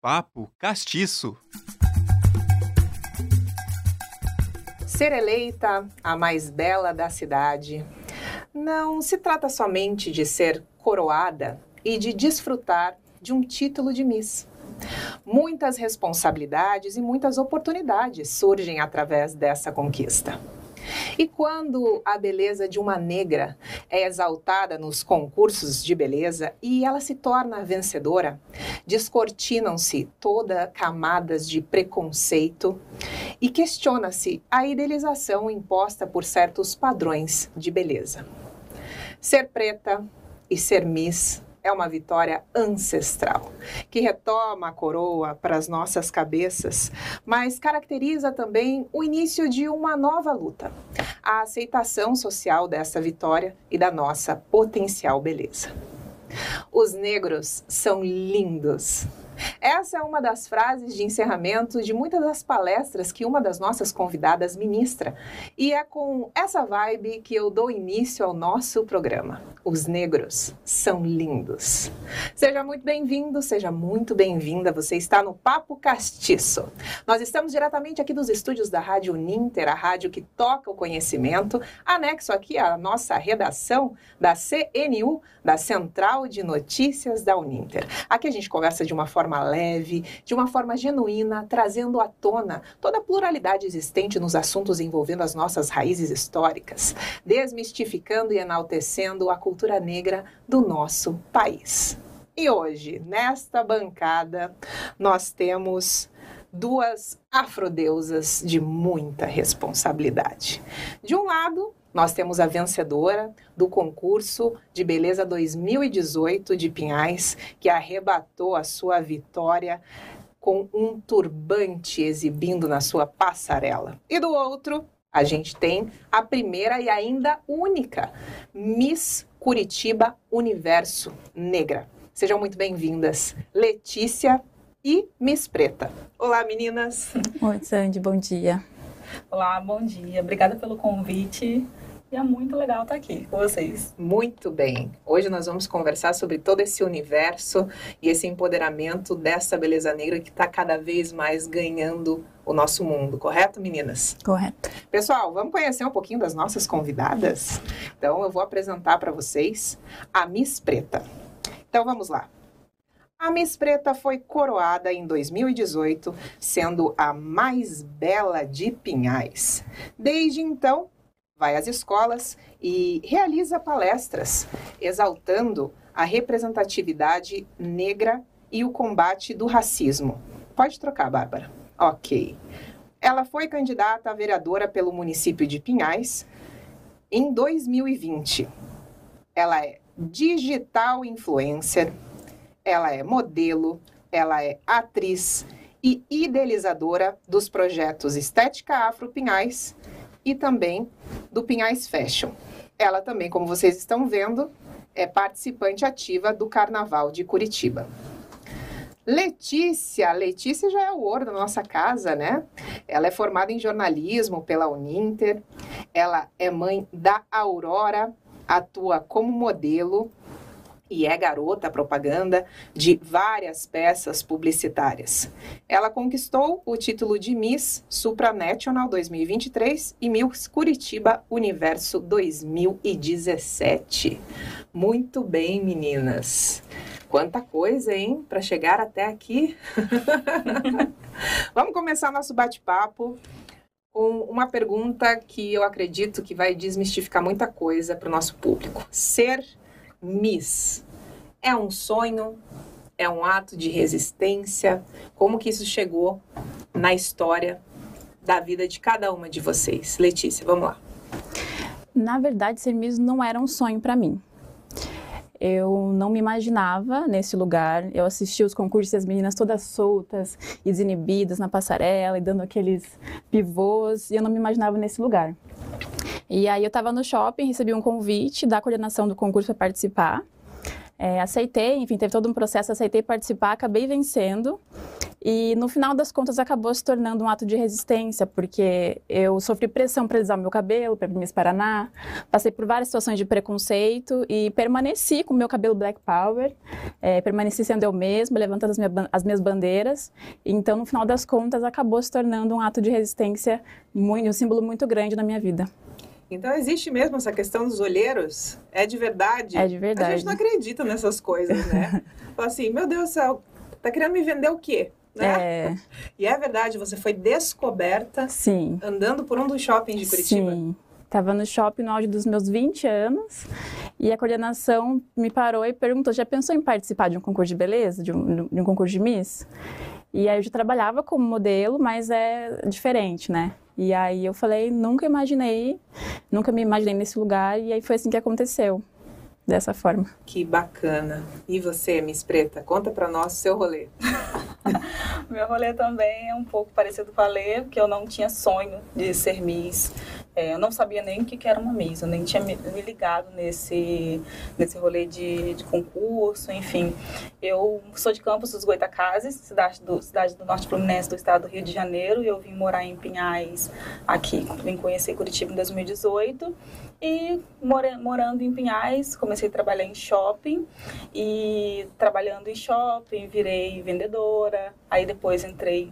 Papo Castiço. Ser eleita a mais bela da cidade não se trata somente de ser coroada e de desfrutar de um título de Miss. Muitas responsabilidades e muitas oportunidades surgem através dessa conquista. E quando a beleza de uma negra é exaltada nos concursos de beleza e ela se torna vencedora, descortinam-se todas camadas de preconceito e questiona-se a idealização imposta por certos padrões de beleza. Ser preta e ser Miss é uma vitória ancestral, que retoma a coroa para as nossas cabeças, mas caracteriza também o início de uma nova luta, a aceitação social dessa vitória e da nossa potencial beleza. Os negros são lindos. Essa é uma das frases de encerramento de muitas das palestras que uma das nossas convidadas ministra. E é com essa vibe que eu dou início ao nosso programa. Os negros são lindos. Seja muito bem-vindo, seja muito bem-vinda. Você está no Papo Castiço. Nós estamos diretamente aqui dos estúdios da Rádio Uninter, a rádio que toca o conhecimento, anexo aqui à nossa redação da CNU, da Central de Notícias da Uninter. Aqui a gente conversa de uma forma leve, de uma forma genuína, trazendo à tona toda a pluralidade existente nos assuntos envolvendo as nossas raízes históricas, desmistificando e enaltecendo a cultura negra do nosso país. E hoje, nesta bancada, nós temos duas afrodeusas de muita responsabilidade. De um lado, nós temos a vencedora do concurso de beleza 2018 de Pinhais, que arrebatou a sua vitória com um turbante exibindo na sua passarela. E do outro, a gente tem a primeira e ainda única Miss Curitiba Universo Negra. Sejam muito bem-vindas, Letícia e Miss Preta. Olá, meninas. Oi, Sandy, bom dia. Olá, bom dia. Obrigada pelo convite. E é muito legal estar aqui com vocês. Muito bem. Hoje nós vamos conversar sobre todo esse universo e esse empoderamento dessa beleza negra que está cada vez mais ganhando o nosso mundo. Correto, meninas? Correto. Pessoal, vamos conhecer um pouquinho das nossas convidadas? Então, eu vou apresentar para vocês a Miss Preta. Então, vamos lá. A Miss Preta foi coroada em 2018, sendo a mais bela de Pinhais. Desde então, vai às escolas e realiza palestras, exaltando a representatividade negra e o combate do racismo. Pode trocar, Bárbara. Ok. Ela foi candidata a vereadora pelo município de Pinhais em 2020. Ela é digital influencer, ela é modelo, ela é atriz e idealizadora dos projetos Estética Afro Pinhais e também do Pinhais Fashion. Ela também, como vocês estão vendo, é participante ativa do Carnaval de Curitiba. Letícia já é o ouro da nossa casa, né? Ela é formada em jornalismo pela Uninter, ela é mãe da Aurora, atua como modelo e é garota propaganda de várias peças publicitárias. Ela conquistou o título de Miss Supranational 2023 e Miss Curitiba Universo 2017. Muito bem, meninas. Quanta coisa, hein, para chegar até aqui. Vamos começar nosso bate-papo com uma pergunta que eu acredito que vai desmistificar muita coisa para o nosso público. Ser Miss é um sonho? É um ato de resistência? Como que isso chegou na história da vida de cada uma de vocês? Letícia, vamos lá. Na verdade, ser Miss não era um sonho para mim. Eu não me imaginava nesse lugar. Eu assistia os concursos e as meninas todas soltas e desinibidas na passarela e dando aqueles pivôs, e eu não me imaginava nesse lugar. E aí eu estava no shopping, recebi um convite da coordenação do concurso para participar. Aceitei, enfim, teve todo um processo, aceitei participar, acabei vencendo. E no final das contas acabou se tornando um ato de resistência, porque eu sofri pressão para alisar o meu cabelo, para Miss Paraná, passei por várias situações de preconceito e permaneci com o meu cabelo Black Power, permaneci sendo eu mesma, levantando as minhas bandeiras. Então, no final das contas, acabou se tornando um ato de resistência, um símbolo muito grande na minha vida. Então, existe mesmo essa questão dos olheiros? É de verdade? É de verdade. A gente não acredita nessas coisas, né? Fala assim, meu Deus do céu, tá querendo me vender o quê? Né? E é verdade, você foi descoberta. Sim. Andando por um dos shoppings de Curitiba. Sim. Estava no shopping no auge dos meus 20 anos e a coordenação me parou e perguntou, já pensou em participar de um concurso de beleza, de um concurso de Miss? E aí eu já trabalhava como modelo, mas é diferente, né? E aí eu falei, nunca me imaginei nesse lugar, e aí foi assim que aconteceu, dessa forma. Que bacana. E você, Miss Preta, conta pra nós o seu rolê. Meu rolê também é um pouco parecido com a Lê, porque eu não tinha sonho de ser Miss. Eu não sabia nem o que era uma Miss, eu nem tinha me ligado nesse rolê de concurso, enfim. Eu sou de Campos dos Goytacazes, cidade do Norte Fluminense do estado do Rio de Janeiro, e eu vim morar em Pinhais aqui, vim conhecer Curitiba em 2018. E morando em Pinhais, comecei a trabalhar em shopping, e trabalhando em shopping virei vendedora, aí depois entrei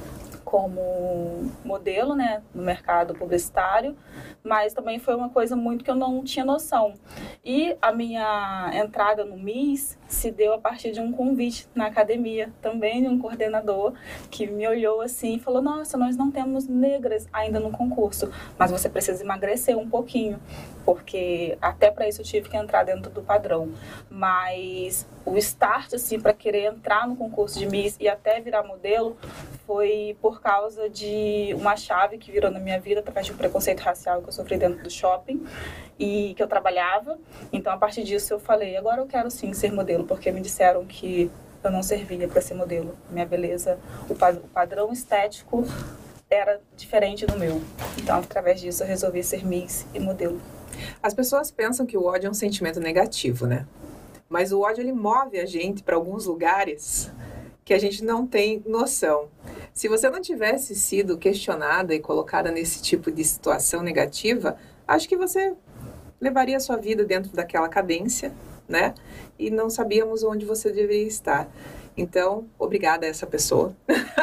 como modelo, né, no mercado publicitário, mas também foi uma coisa muito que eu não tinha noção. E a minha entrada no Miss se deu a partir de um convite na academia, também de um coordenador, que me olhou assim e falou, nossa, nós não temos negras ainda no concurso, mas você precisa emagrecer um pouquinho, porque até para isso eu tive que entrar dentro do padrão. Mas o start, assim, para querer entrar no concurso de Miss e até virar modelo, foi por causa de uma chave que virou na minha vida através de um preconceito racial que eu sofri dentro do shopping e que eu trabalhava. Então, a partir disso, eu falei, agora eu quero sim ser modelo, porque me disseram que eu não servia para ser modelo. Minha beleza, o padrão estético era diferente do meu. Então, através disso, eu resolvi ser Miss e modelo. As pessoas pensam que o ódio é um sentimento negativo, né? Mas o ódio, ele move a gente para alguns lugares que a gente não tem noção. Se você não tivesse sido questionada e colocada nesse tipo de situação negativa, acho que você levaria a sua vida dentro daquela cadência, né? E não sabíamos onde você deveria estar. Então, obrigada a essa pessoa.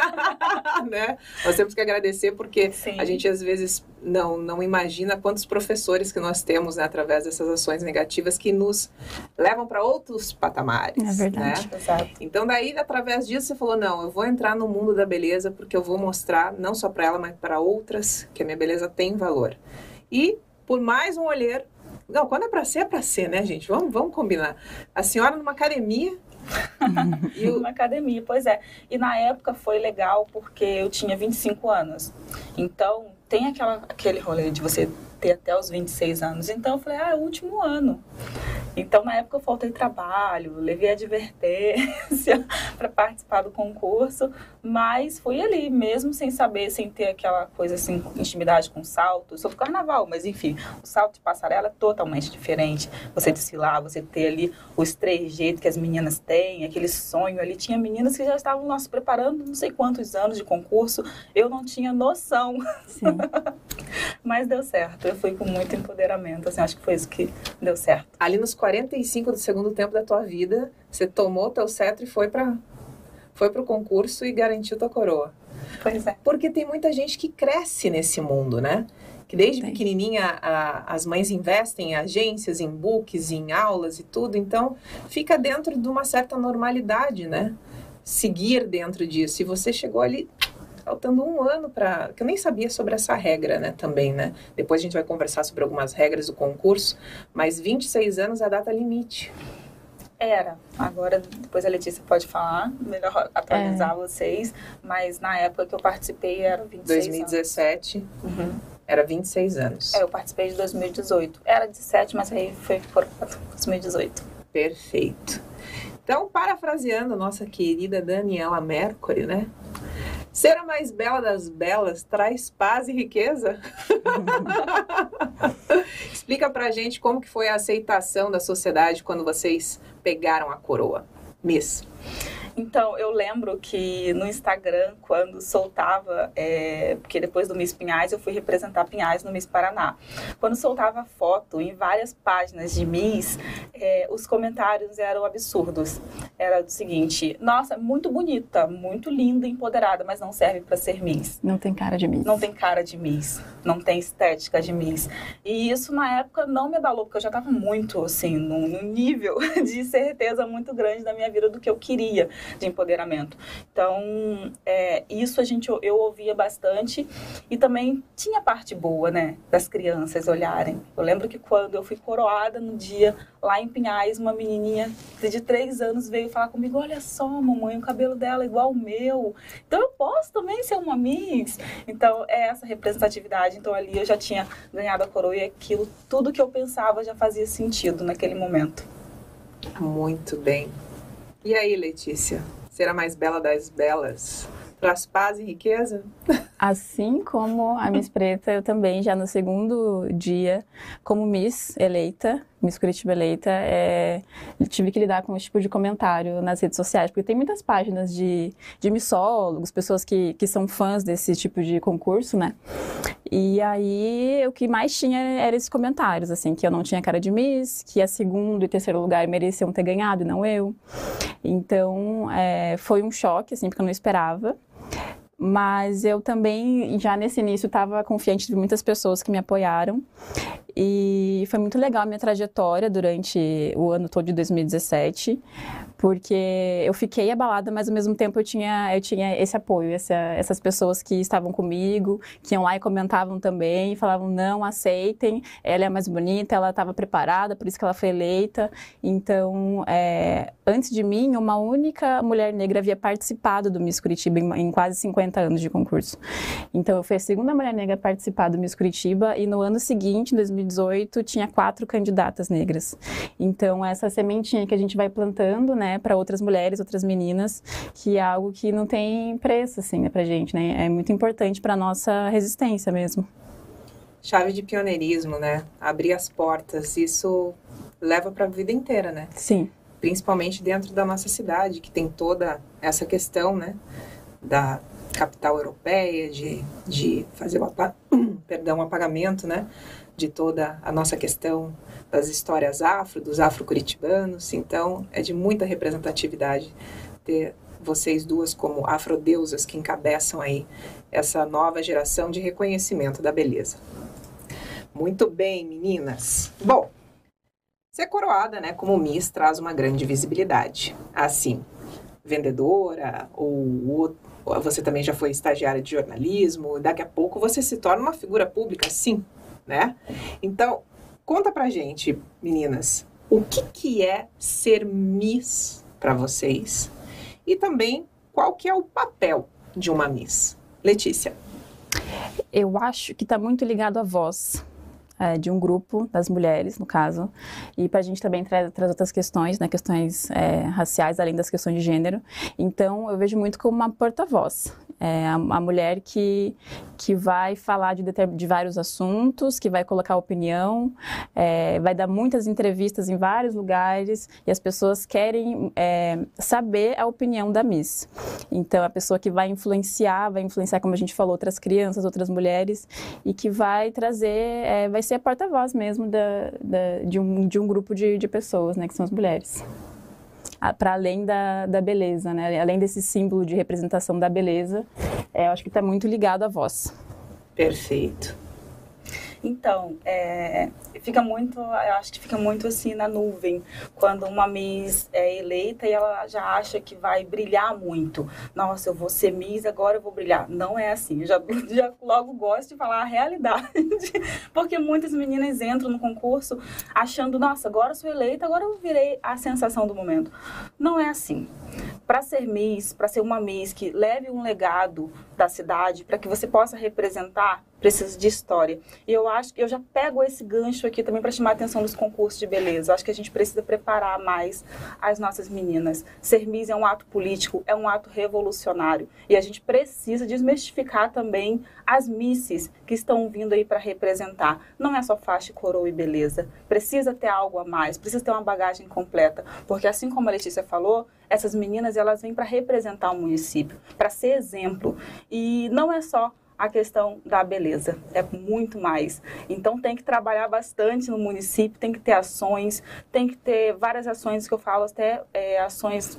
Né? Nós temos que agradecer porque Sim. A gente às vezes não imagina quantos professores que nós temos, né, através dessas ações negativas que nos levam para outros patamares. É verdade. Né? Exato. Então daí, através disso, você falou, não, eu vou entrar no mundo da beleza porque eu vou mostrar, não só para ela, mas para outras, que a minha beleza tem valor. E, por mais um olheiro, não, quando é para ser, né, gente? Vamos combinar. A senhora numa academia... Uma academia, pois é. E na época foi legal porque eu tinha 25 anos. Então, tem aquele rolê de você ter até os 26 anos. Então, eu falei, é o último ano. Então, na época, eu faltei trabalho, levei advertência para participar do concurso, mas fui ali, mesmo sem saber, sem ter aquela coisa assim, intimidade com salto. Eu sou do carnaval, mas enfim, o salto de passarela é totalmente diferente. Você desfilar, você ter ali os trejeitos que as meninas têm, aquele sonho ali. Tinha meninas que já estavam se preparando não sei quantos anos de concurso, eu não tinha noção. Sim. Mas deu certo, eu fui com muito empoderamento, assim, acho que foi isso que deu certo. Ali nos 45 do segundo tempo da tua vida, você tomou teu cetro e foi pro concurso e garantiu tua coroa. Pois é. Porque tem muita gente que cresce nesse mundo, né? Que desde pequenininha as mães investem em agências, em books, em aulas e tudo. Então, fica dentro de uma certa normalidade, né? Seguir dentro disso. E você chegou ali... faltando um ano para... que eu nem sabia sobre essa regra, né, também, né? Depois a gente vai conversar sobre algumas regras do concurso, mas 26 anos é a data limite. Era. Agora, depois a Letícia pode falar, melhor atualizar vocês, mas na época que eu participei era 26 2017, era 26 anos. Eu participei de 2018. Era 17, mas aí foi por 2018. Perfeito. Então, parafraseando nossa querida Daniela Mercury, né? Ser a mais bela das belas traz paz e riqueza? Explica pra gente como que foi a aceitação da sociedade quando vocês pegaram a coroa, Miss. Então, eu lembro que no Instagram, quando soltava, porque depois do Miss Pinhais, eu fui representar Pinhais no Miss Paraná. Quando soltava foto em várias páginas de Miss, os comentários eram absurdos. Era o seguinte: nossa, muito bonita, muito linda, empoderada, mas não serve para ser Miss. Não tem cara de Miss. Não tem cara de Miss, não tem estética de Miss. E isso, na época, não me abalou, porque eu já estava muito, assim, num nível de certeza muito grande da minha vida do que eu queria de empoderamento. Então, isso eu ouvia bastante, e também tinha parte boa, né, das crianças olharem. Eu lembro que quando eu fui coroada no dia, lá em Pinhais, uma menininha de 3 anos veio falar comigo: olha só, mamãe, o cabelo dela é igual ao meu, então eu posso também ser uma Miss. Então, essa representatividade. Então, ali eu já tinha ganhado a coroa, e aquilo, tudo que eu pensava já fazia sentido naquele momento. Muito bem. E aí, Letícia? Ser a mais bela das belas? Traz paz e riqueza? Assim como a Miss Preta, eu também, já no segundo dia, como Miss eleita, Miss Curitiba eleita, tive que lidar com esse tipo de comentário nas redes sociais, porque tem muitas páginas de missólogos, pessoas que são fãs desse tipo de concurso, né? E aí, o que mais tinha eram esses comentários, assim, que eu não tinha cara de Miss, que a segundo e terceiro lugar mereciam ter ganhado e não eu. Então, foi um choque, assim, porque eu não esperava. Mas eu também, já nesse início, estava confiante de muitas pessoas que me apoiaram. E foi muito legal a minha trajetória durante o ano todo de 2017, porque eu fiquei abalada, mas ao mesmo tempo eu tinha esse apoio, essas pessoas que estavam comigo, que iam lá e comentavam também, e falavam: não, aceitem, ela é a mais bonita, ela estava preparada, por isso que ela foi eleita. Então, antes de mim, uma única mulher negra havia participado do Miss Curitiba em quase 50 anos de concurso. Então, eu fui a segunda mulher negra a participar do Miss Curitiba, e no ano seguinte, em 2018, tinha 4 candidatas negras. Então, essa sementinha que a gente vai plantando, né, para outras mulheres, outras meninas, que é algo que não tem preço, assim, né, pra gente, né? É muito importante para nossa resistência mesmo. Chave de pioneirismo, né? Abrir as portas, isso leva para a vida inteira, né? Sim. Principalmente dentro da nossa cidade, que tem toda essa questão, né, da capital europeia, de fazer o apagamento, né, de toda a nossa questão das histórias afro, dos afro-curitibanos. Então, é de muita representatividade ter vocês duas como afrodeusas que encabeçam aí essa nova geração de reconhecimento da beleza. Muito bem, meninas. Bom, ser coroada, né, como Miss traz uma grande visibilidade. Assim, vendedora ou você também já foi estagiária de jornalismo, daqui a pouco você se torna uma figura pública, sim, né? Então, conta pra gente, meninas, o que é ser Miss para vocês? E também, qual que é o papel de uma Miss? Letícia. Eu acho que está muito ligado à voz de um grupo, das mulheres, no caso, e para a gente também traz outras questões, né, questões raciais, além das questões de gênero. Então, eu vejo muito como uma porta-voz. A mulher que vai falar de vários assuntos, que vai colocar opinião, vai dar muitas entrevistas em vários lugares, e as pessoas querem saber a opinião da Miss. Então, a pessoa que vai influenciar, como a gente falou, outras crianças, outras mulheres, e que vai trazer, vai ser a porta-voz mesmo de um grupo de pessoas, né, que são as mulheres. Para além da beleza, né? Além desse símbolo de representação da beleza, eu acho que está muito ligado à voz. Perfeito. Então, eu acho que fica muito assim na nuvem, quando uma Miss é eleita e ela já acha que vai brilhar muito. Nossa, eu vou ser Miss, agora eu vou brilhar. Não é assim, eu já logo gosto de falar a realidade, porque muitas meninas entram no concurso achando: nossa, agora eu sou eleita, agora eu virei a sensação do momento. Não é assim. Para ser Miss, para ser uma Miss que leve um legado da cidade, para que você possa representar precisa de história. E eu acho que eu já pego esse gancho aqui também para chamar a atenção dos concursos de beleza. Eu acho que a gente precisa preparar mais as nossas meninas. Ser Miss é um ato político, é um ato revolucionário. E a gente precisa desmistificar também as misses que estão vindo aí para representar. Não é só faixa, coroa e beleza. Precisa ter algo a mais, precisa ter uma bagagem completa. Porque assim como a Letícia falou, essas meninas elas vêm para representar o município, para ser exemplo. E não é só a questão da beleza, é muito mais. Então tem que trabalhar bastante no município, tem que ter ações, tem que ter várias ações que eu falo, até ações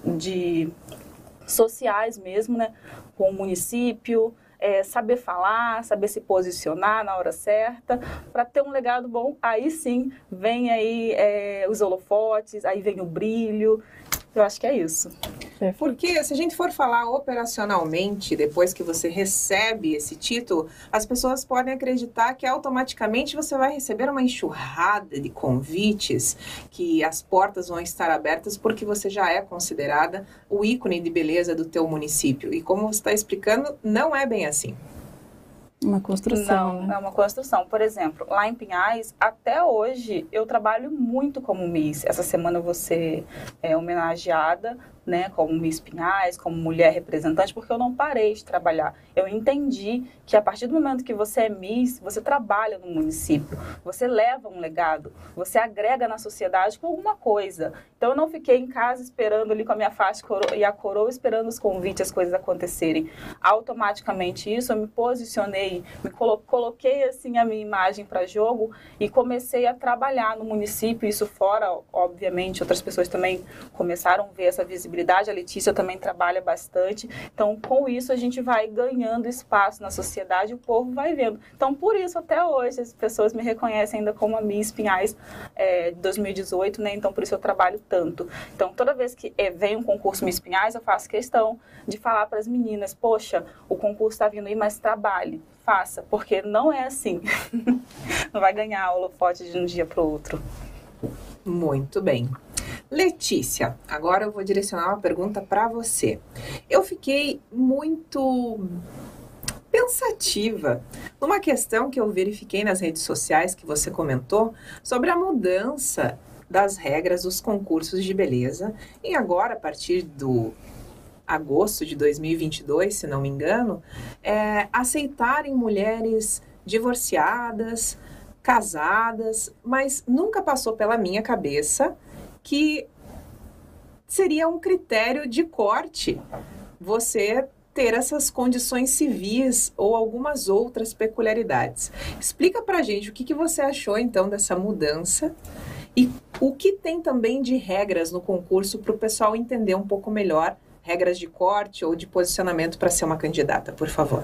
sociais mesmo, né, com o município, saber falar, saber se posicionar na hora certa, para ter um legado bom. Aí sim, vem aí os holofotes, aí vem o brilho. Eu acho que é isso. Porque se a gente for falar operacionalmente, depois que você recebe esse título, as pessoas podem acreditar que automaticamente você vai receber uma enxurrada de convites, que as portas vão estar abertas porque você já é considerada o ícone de beleza do teu município. E como você está explicando, não é bem assim. Uma construção. Não, é uma construção. Por exemplo, lá em Pinhais, até hoje, eu trabalho muito como Miss. Essa semana eu vou ser homenageada, né, como Miss Pinhais, como mulher representante, porque eu não parei de trabalhar. Eu entendi que a partir do momento que você é Miss, você trabalha no município, você leva um legado, você agrega na sociedade com alguma coisa. Então eu não fiquei em casa esperando ali com a minha faixa e a coroa, esperando os convites, as coisas acontecerem. Automaticamente isso, eu me posicionei, coloquei assim a minha imagem para jogo e comecei a trabalhar no município. Isso fora, obviamente, outras pessoas também começaram a ver essa visibilidade. A Letícia também trabalha bastante. Então, com isso, a gente vai ganhando espaço na sociedade e o povo vai vendo. Então, por isso, até hoje, as pessoas me reconhecem ainda como a Miss Pinhais de 2018, né? Então, por isso eu trabalho tanto. Então, toda vez que vem um concurso Miss Pinhais, eu faço questão de falar para as meninas, poxa, o concurso está vindo aí, mas trabalhe, faça, porque não é assim. Não vai ganhar o holofote de um dia para o outro. Muito bem. Letícia, agora eu vou direcionar uma pergunta para você. Eu fiquei muito pensativa numa questão que eu verifiquei nas redes sociais que você comentou sobre a mudança das regras dos concursos de beleza e agora, a partir do agosto de 2022, se não me engano, aceitarem mulheres divorciadas, casadas, mas nunca passou pela minha cabeça que seria um critério de corte você ter essas condições civis ou algumas outras peculiaridades. Explica pra gente o que você achou então dessa mudança e o que tem também de regras no concurso para o pessoal entender um pouco melhor, regras de corte ou de posicionamento para ser uma candidata, por favor.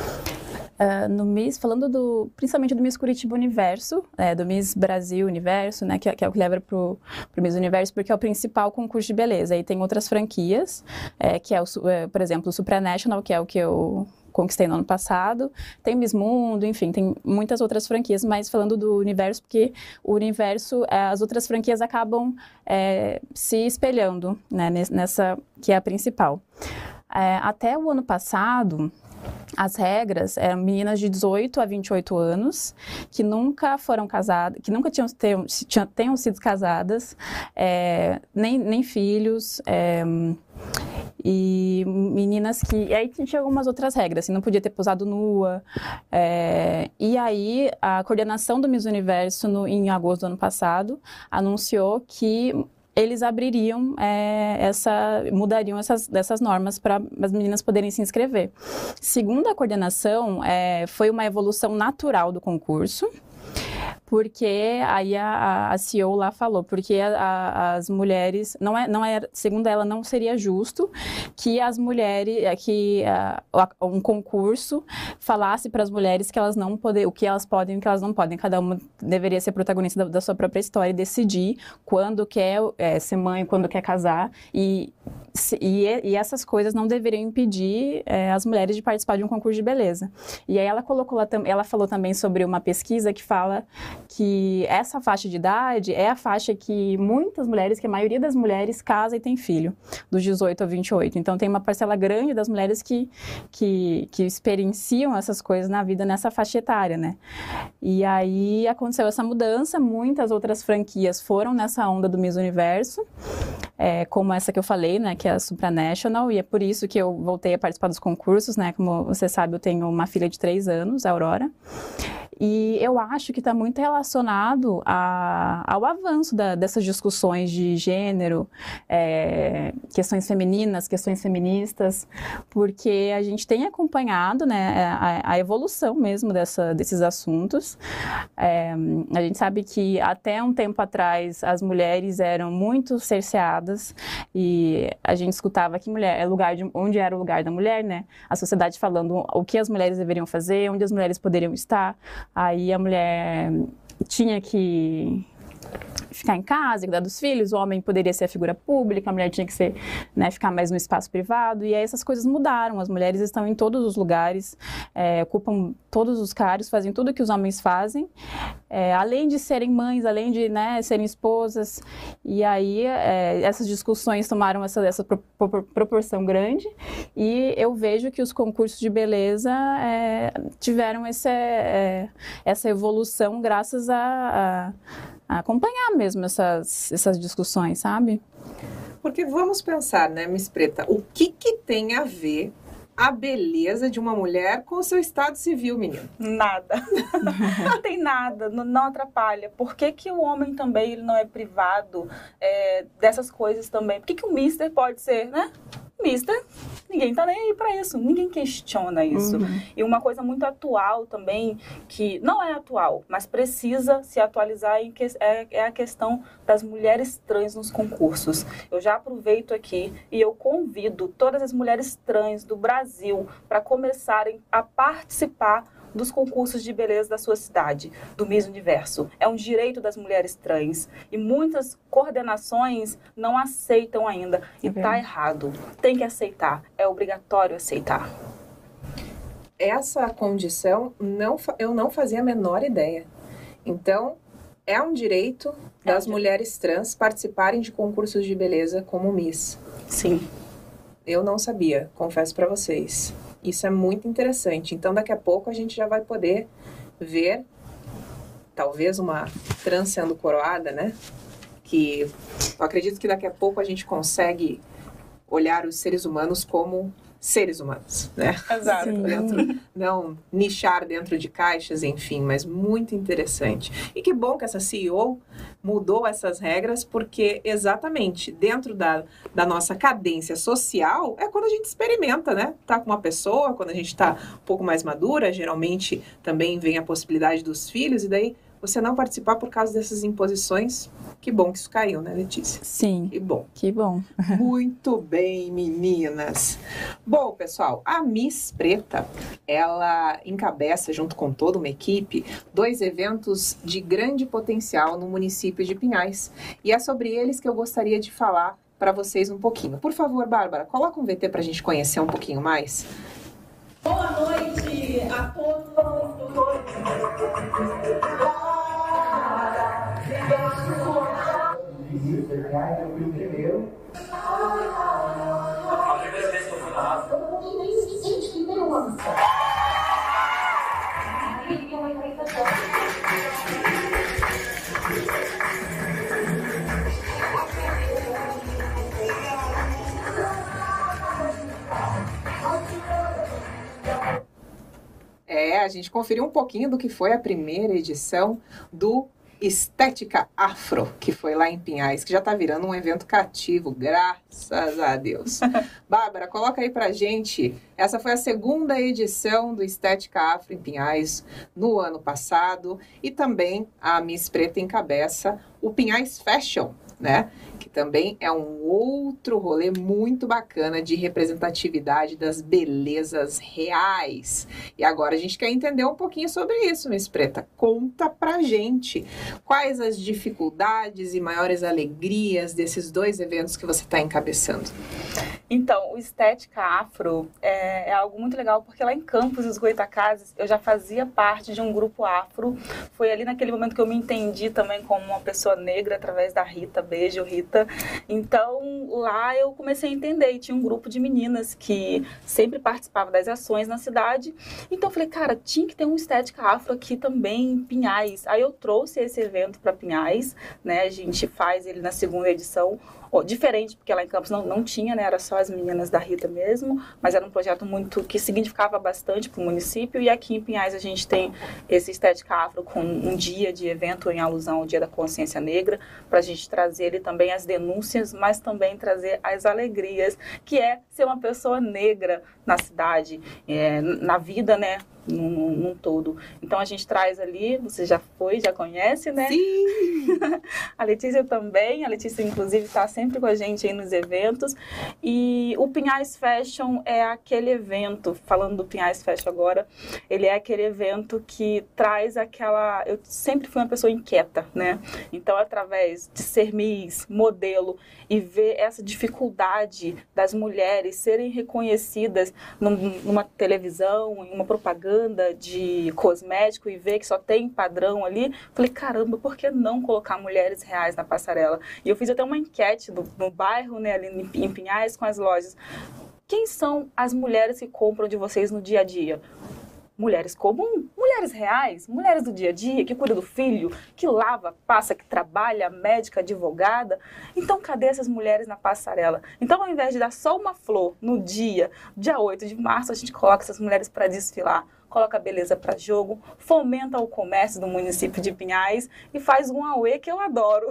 No Miss, falando principalmente do Miss Curitiba Universo, do Miss Brasil Universo, né, que é o que leva pro Miss Universo, porque é o principal concurso de beleza. E tem outras franquias, que por exemplo, o Supranational, que é o que eu conquistei no ano passado, tem Miss Mundo, enfim, tem muitas outras franquias, mas falando do Universo, porque o Universo, as outras franquias acabam se espelhando, né, nessa que é a principal. Até o ano passado, as regras eram meninas de 18 a 28 anos, que nunca foram casadas, que nunca tenham sido casadas, nem filhos, e meninas que... E aí tinha algumas outras regras, assim, não podia ter posado nua. E aí a coordenação do Miss Universo, em agosto do ano passado, anunciou que eles abririam, mudariam essas normas para as meninas poderem se inscrever. Segundo a coordenação, foi uma evolução natural do concurso, porque aí a CEO lá falou, porque as mulheres, segundo ela, não seria justo que as mulheres, um concurso falasse para as mulheres que elas não podem, o que elas podem e o que elas não podem. Cada uma deveria ser protagonista da sua própria história e decidir quando quer ser mãe, quando quer casar, e essas coisas não deveriam impedir as mulheres de participar de um concurso de beleza. E aí ela falou também sobre uma pesquisa que fala que essa faixa de idade é a faixa que muitas mulheres, que a maioria das mulheres casa e tem filho, dos 18 a 28. Então, tem uma parcela grande das mulheres que experienciam essas coisas na vida nessa faixa etária, né? E aí aconteceu essa mudança, muitas outras franquias foram nessa onda do Miss Universo, como essa que eu falei, né, que é a Supranational, e é por isso que eu voltei a participar dos concursos, né? Como você sabe, eu tenho uma filha de 3 anos, a Aurora. E eu acho que está muito relacionado ao avanço dessas discussões de gênero, questões femininas, questões feministas, porque a gente tem acompanhado, né, a evolução mesmo desses assuntos. A gente sabe que até um tempo atrás as mulheres eram muito cerceadas e a gente escutava que mulher é onde era o lugar da mulher, né? A sociedade falando o que as mulheres deveriam fazer, onde as mulheres poderiam estar. Aí a mulher tinha que ficar em casa, cuidar dos filhos, o homem poderia ser a figura pública, a mulher tinha que ser, né, ficar mais no espaço privado, e aí essas coisas mudaram, as mulheres estão em todos os lugares, ocupam todos os cargos, fazem tudo que os homens fazem, além de serem mães, além de, né, serem esposas, e aí essas discussões tomaram essa proporção grande, e eu vejo que os concursos de beleza tiveram essa evolução graças a acompanhar mesmo essas discussões, sabe? Porque vamos pensar, né, Miss Preta, o que tem a ver a beleza de uma mulher com o seu estado civil, menino? Nada. Não tem nada, não atrapalha. Por que o homem também ele não é privado dessas coisas também? Por que o mister pode ser, né? Mister, ninguém tá nem aí pra isso, ninguém questiona isso. Uhum. E uma coisa muito atual também, que não é atual, mas precisa se atualizar, é a questão das mulheres trans nos concursos. Eu já aproveito aqui e eu convido todas as mulheres trans do Brasil para começarem a participar dos concursos de beleza da sua cidade, do Miss Universo. É um direito das mulheres trans. E muitas coordenações não aceitam ainda. E tá errado. Tem que aceitar. É obrigatório aceitar. Essa condição, eu não fazia a menor ideia. Então, é um direito das mulheres trans participarem de concursos de beleza como Miss. Sim. Eu não sabia, confesso para vocês. Isso é muito interessante. Então, daqui a pouco a gente já vai poder ver, talvez, uma trans sendo coroada, né? Que eu acredito que daqui a pouco a gente consegue olhar os seres humanos como seres humanos, né? Exato. Não nichar dentro de caixas, enfim, mas muito interessante. E que bom que essa CEO mudou essas regras, porque exatamente dentro da nossa cadência social é quando a gente experimenta, né? Tá com uma pessoa, quando a gente tá um pouco mais madura, geralmente também vem a possibilidade dos filhos, e daí você não participar por causa dessas imposições. Que bom que isso caiu, né, Letícia? Sim. Que bom. Que bom. Muito bem, meninas. Bom, pessoal, a Miss Preta, ela encabeça, junto com toda uma equipe, 2 eventos de grande potencial no município de Pinhais. E é sobre eles que eu gostaria de falar para vocês um pouquinho. Por favor, Bárbara, coloca um VT para a gente conhecer um pouquinho mais. Boa noite a todos. Eu fui o primeiro. A primeira vez que eu fui na África. Eu não tinha nem seguinte que tem uma. A gente conferiu um pouquinho do que foi a primeira edição do Estética Afro, que foi lá em Pinhais, que já tá virando um evento cativo, graças a Deus. Bárbara, coloca aí pra gente, essa foi a 2ª edição do Estética Afro em Pinhais no ano passado, e também a Miss Preta encabeça o Pinhais Fashion, né? Que também é um outro rolê muito bacana de representatividade das belezas reais. E agora a gente quer entender um pouquinho sobre isso, Miss Preta. Conta pra gente quais as dificuldades e maiores alegrias desses 2 eventos que você está encabeçando. Então, o Estética Afro é algo muito legal, porque lá em Campos dos Goytacazes eu já fazia parte de um grupo afro. Foi ali naquele momento que eu me entendi também como uma pessoa negra através da Rita. Beijo, Rita. Então, lá eu comecei a entender. E tinha um grupo de meninas que sempre participavam das ações na cidade. Então, eu falei, cara, tinha que ter um Estética Afro aqui também em Pinhais. Aí eu trouxe esse evento para Pinhais, né? A gente faz ele na segunda edição. Diferente, porque lá em Campos não tinha, né? Era só as meninas da Rita mesmo, mas era um projeto muito que significava bastante para o município. E aqui em Pinhais a gente tem esse Estética Afro com um dia de evento em alusão ao Dia da Consciência Negra, para a gente trazer ele também as denúncias, mas também trazer as alegrias, que é ser uma pessoa negra na cidade, na vida, né? Num todo. Então a gente traz ali, você já conhece, né? Sim! A Letícia também, a Letícia inclusive está sempre com a gente aí nos eventos. E o Pinhais Fashion é aquele evento, falando do Pinhais Fashion agora, ele é aquele evento que traz aquela... Eu sempre fui uma pessoa inquieta, né? Então através de ser Miss, modelo, e ver essa dificuldade das mulheres serem reconhecidas numa televisão, em uma propaganda de cosmético, e ver que só tem padrão ali, falei, caramba, por que não colocar mulheres reais na passarela? E eu fiz até uma enquete no bairro, né, ali em Pinhais, com as lojas. Quem são as mulheres que compram de vocês no dia a dia? Mulheres comuns, mulheres reais, mulheres do dia a dia, que cuida do filho, que lava, passa, que trabalha, médica, advogada. Então, cadê essas mulheres na passarela? Então, ao invés de dar só uma flor no dia 8 de março, a gente coloca essas mulheres para desfilar, coloca a beleza para jogo, fomenta o comércio do município de Pinhais e faz um auê que eu adoro.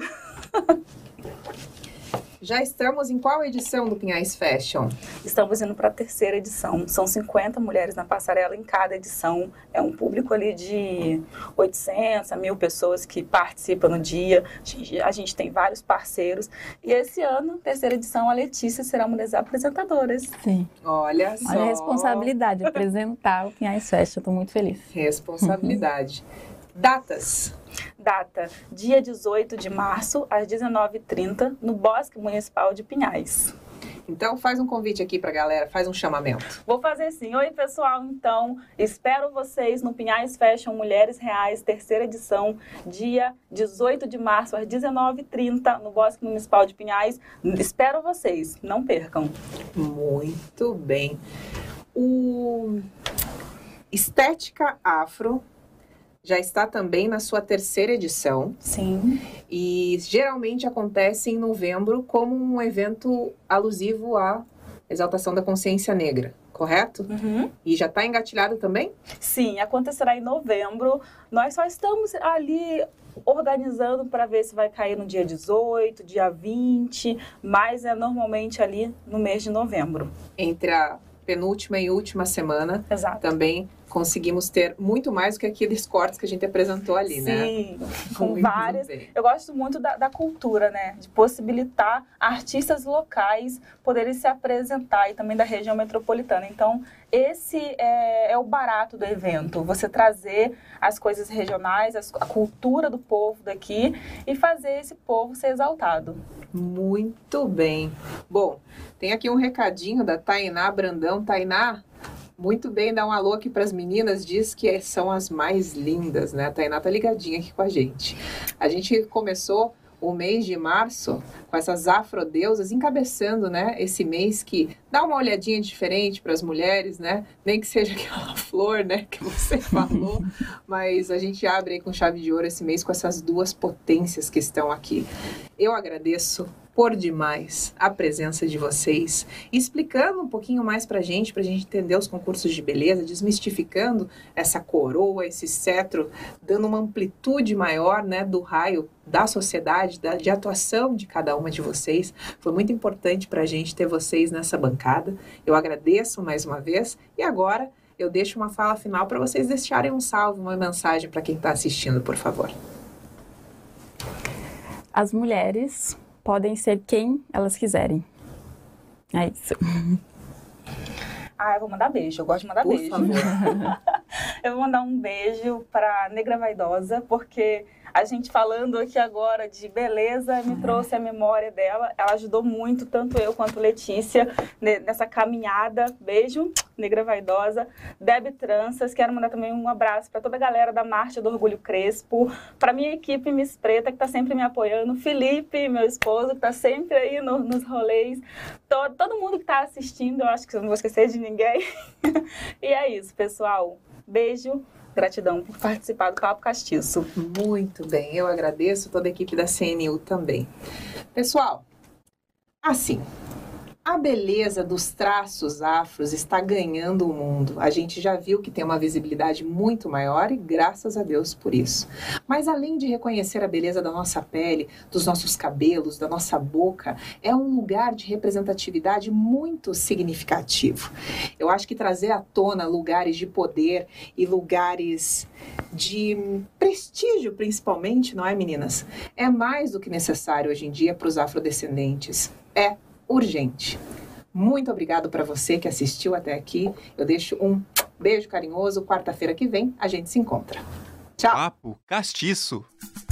Já estamos em qual edição do Pinhais Fashion? Estamos indo para a 3ª edição. São 50 mulheres na passarela em cada edição. É um público ali de 800 a 1.000 pessoas que participam no dia. A gente tem vários parceiros. E esse ano, 3ª edição, a Letícia será uma das apresentadoras. Sim. Olha só. Olha a responsabilidade de apresentar o Pinhais Fashion. Estou muito feliz. Responsabilidade. Datas. Data, dia 18 de março, às 19h30, no Bosque Municipal de Pinhais. Então, faz um convite aqui pra galera, faz um chamamento. Vou fazer sim. Oi, pessoal, então, espero vocês no Pinhais Fashion Mulheres Reais, 3ª edição, dia 18 de março, às 19h30, no Bosque Municipal de Pinhais. Espero vocês, não percam. Muito bem. O Estética Afro já está também na sua 3ª edição. Sim. E geralmente acontece em novembro como um evento alusivo à exaltação da consciência negra, correto? Uhum. E já está engatilhado também? Sim, acontecerá em novembro. Nós só estamos ali organizando para ver se vai cair no dia 18, dia 20, mas é normalmente ali no mês de novembro. Entre a penúltima e última semana. Exato. Também conseguimos ter muito mais do que aqueles cortes que a gente apresentou ali, né? Sim, com Muito várias. bem. Eu gosto muito da cultura, né? De possibilitar artistas locais poderem se apresentar, e também da região metropolitana. Então, esse é o barato do evento. Você trazer as coisas regionais, a cultura do povo daqui e fazer esse povo ser exaltado. Muito bem. Bom, tem aqui um recadinho da Tainá Brandão. Tainá, muito bem, dá um alô aqui para as meninas, diz que são as mais lindas, né? A Tainá tá ligadinha aqui com a gente. A gente começou o mês de março com essas afrodeusas, encabeçando, né, esse mês que dá uma olhadinha diferente para as mulheres, né? Nem que seja aquela flor, né, que você falou, mas a gente abre aí com chave de ouro esse mês com essas duas potências que estão aqui. Eu agradeço por demais a presença de vocês, explicando um pouquinho mais pra gente entender os concursos de beleza, desmistificando essa coroa, esse cetro, dando uma amplitude maior, né, do raio da sociedade, de atuação de cada uma de vocês. Foi muito importante pra gente ter vocês nessa bancada. Eu agradeço mais uma vez e agora eu deixo uma fala final para vocês deixarem um salve, uma mensagem para quem está assistindo, por favor. As mulheres podem ser quem elas quiserem. É isso. Eu vou mandar beijo. Eu gosto de mandar beijo. Por favor. Eu vou mandar um beijo para Negra Vaidosa, porque A gente falando aqui agora de beleza me trouxe a memória dela. Ela ajudou muito, tanto eu quanto Letícia, nessa caminhada. Beijo, negra vaidosa. Deb Tranças, quero mandar também um abraço para toda a galera da Marcha do Orgulho Crespo, para minha equipe Miss Preta, que está sempre me apoiando, Felipe, meu esposo, que está sempre aí nos rolês, todo mundo que está assistindo, eu acho que eu não vou esquecer de ninguém. E é isso, pessoal. Beijo, gratidão por participar do Papo Castiço. Muito bem, eu agradeço toda a equipe da CNU também. Pessoal, assim, a beleza dos traços afros está ganhando o mundo. A gente já viu que tem uma visibilidade muito maior e graças a Deus por isso. Mas além de reconhecer a beleza da nossa pele, dos nossos cabelos, da nossa boca, é um lugar de representatividade muito significativo. Eu acho que trazer à tona lugares de poder e lugares de prestígio, principalmente, não é, meninas? É mais do que necessário hoje em dia para os afrodescendentes. É urgente. Muito obrigado para você que assistiu até aqui. Eu deixo um beijo carinhoso. Quarta-feira que vem a gente se encontra. Tchau. Papo Castiço.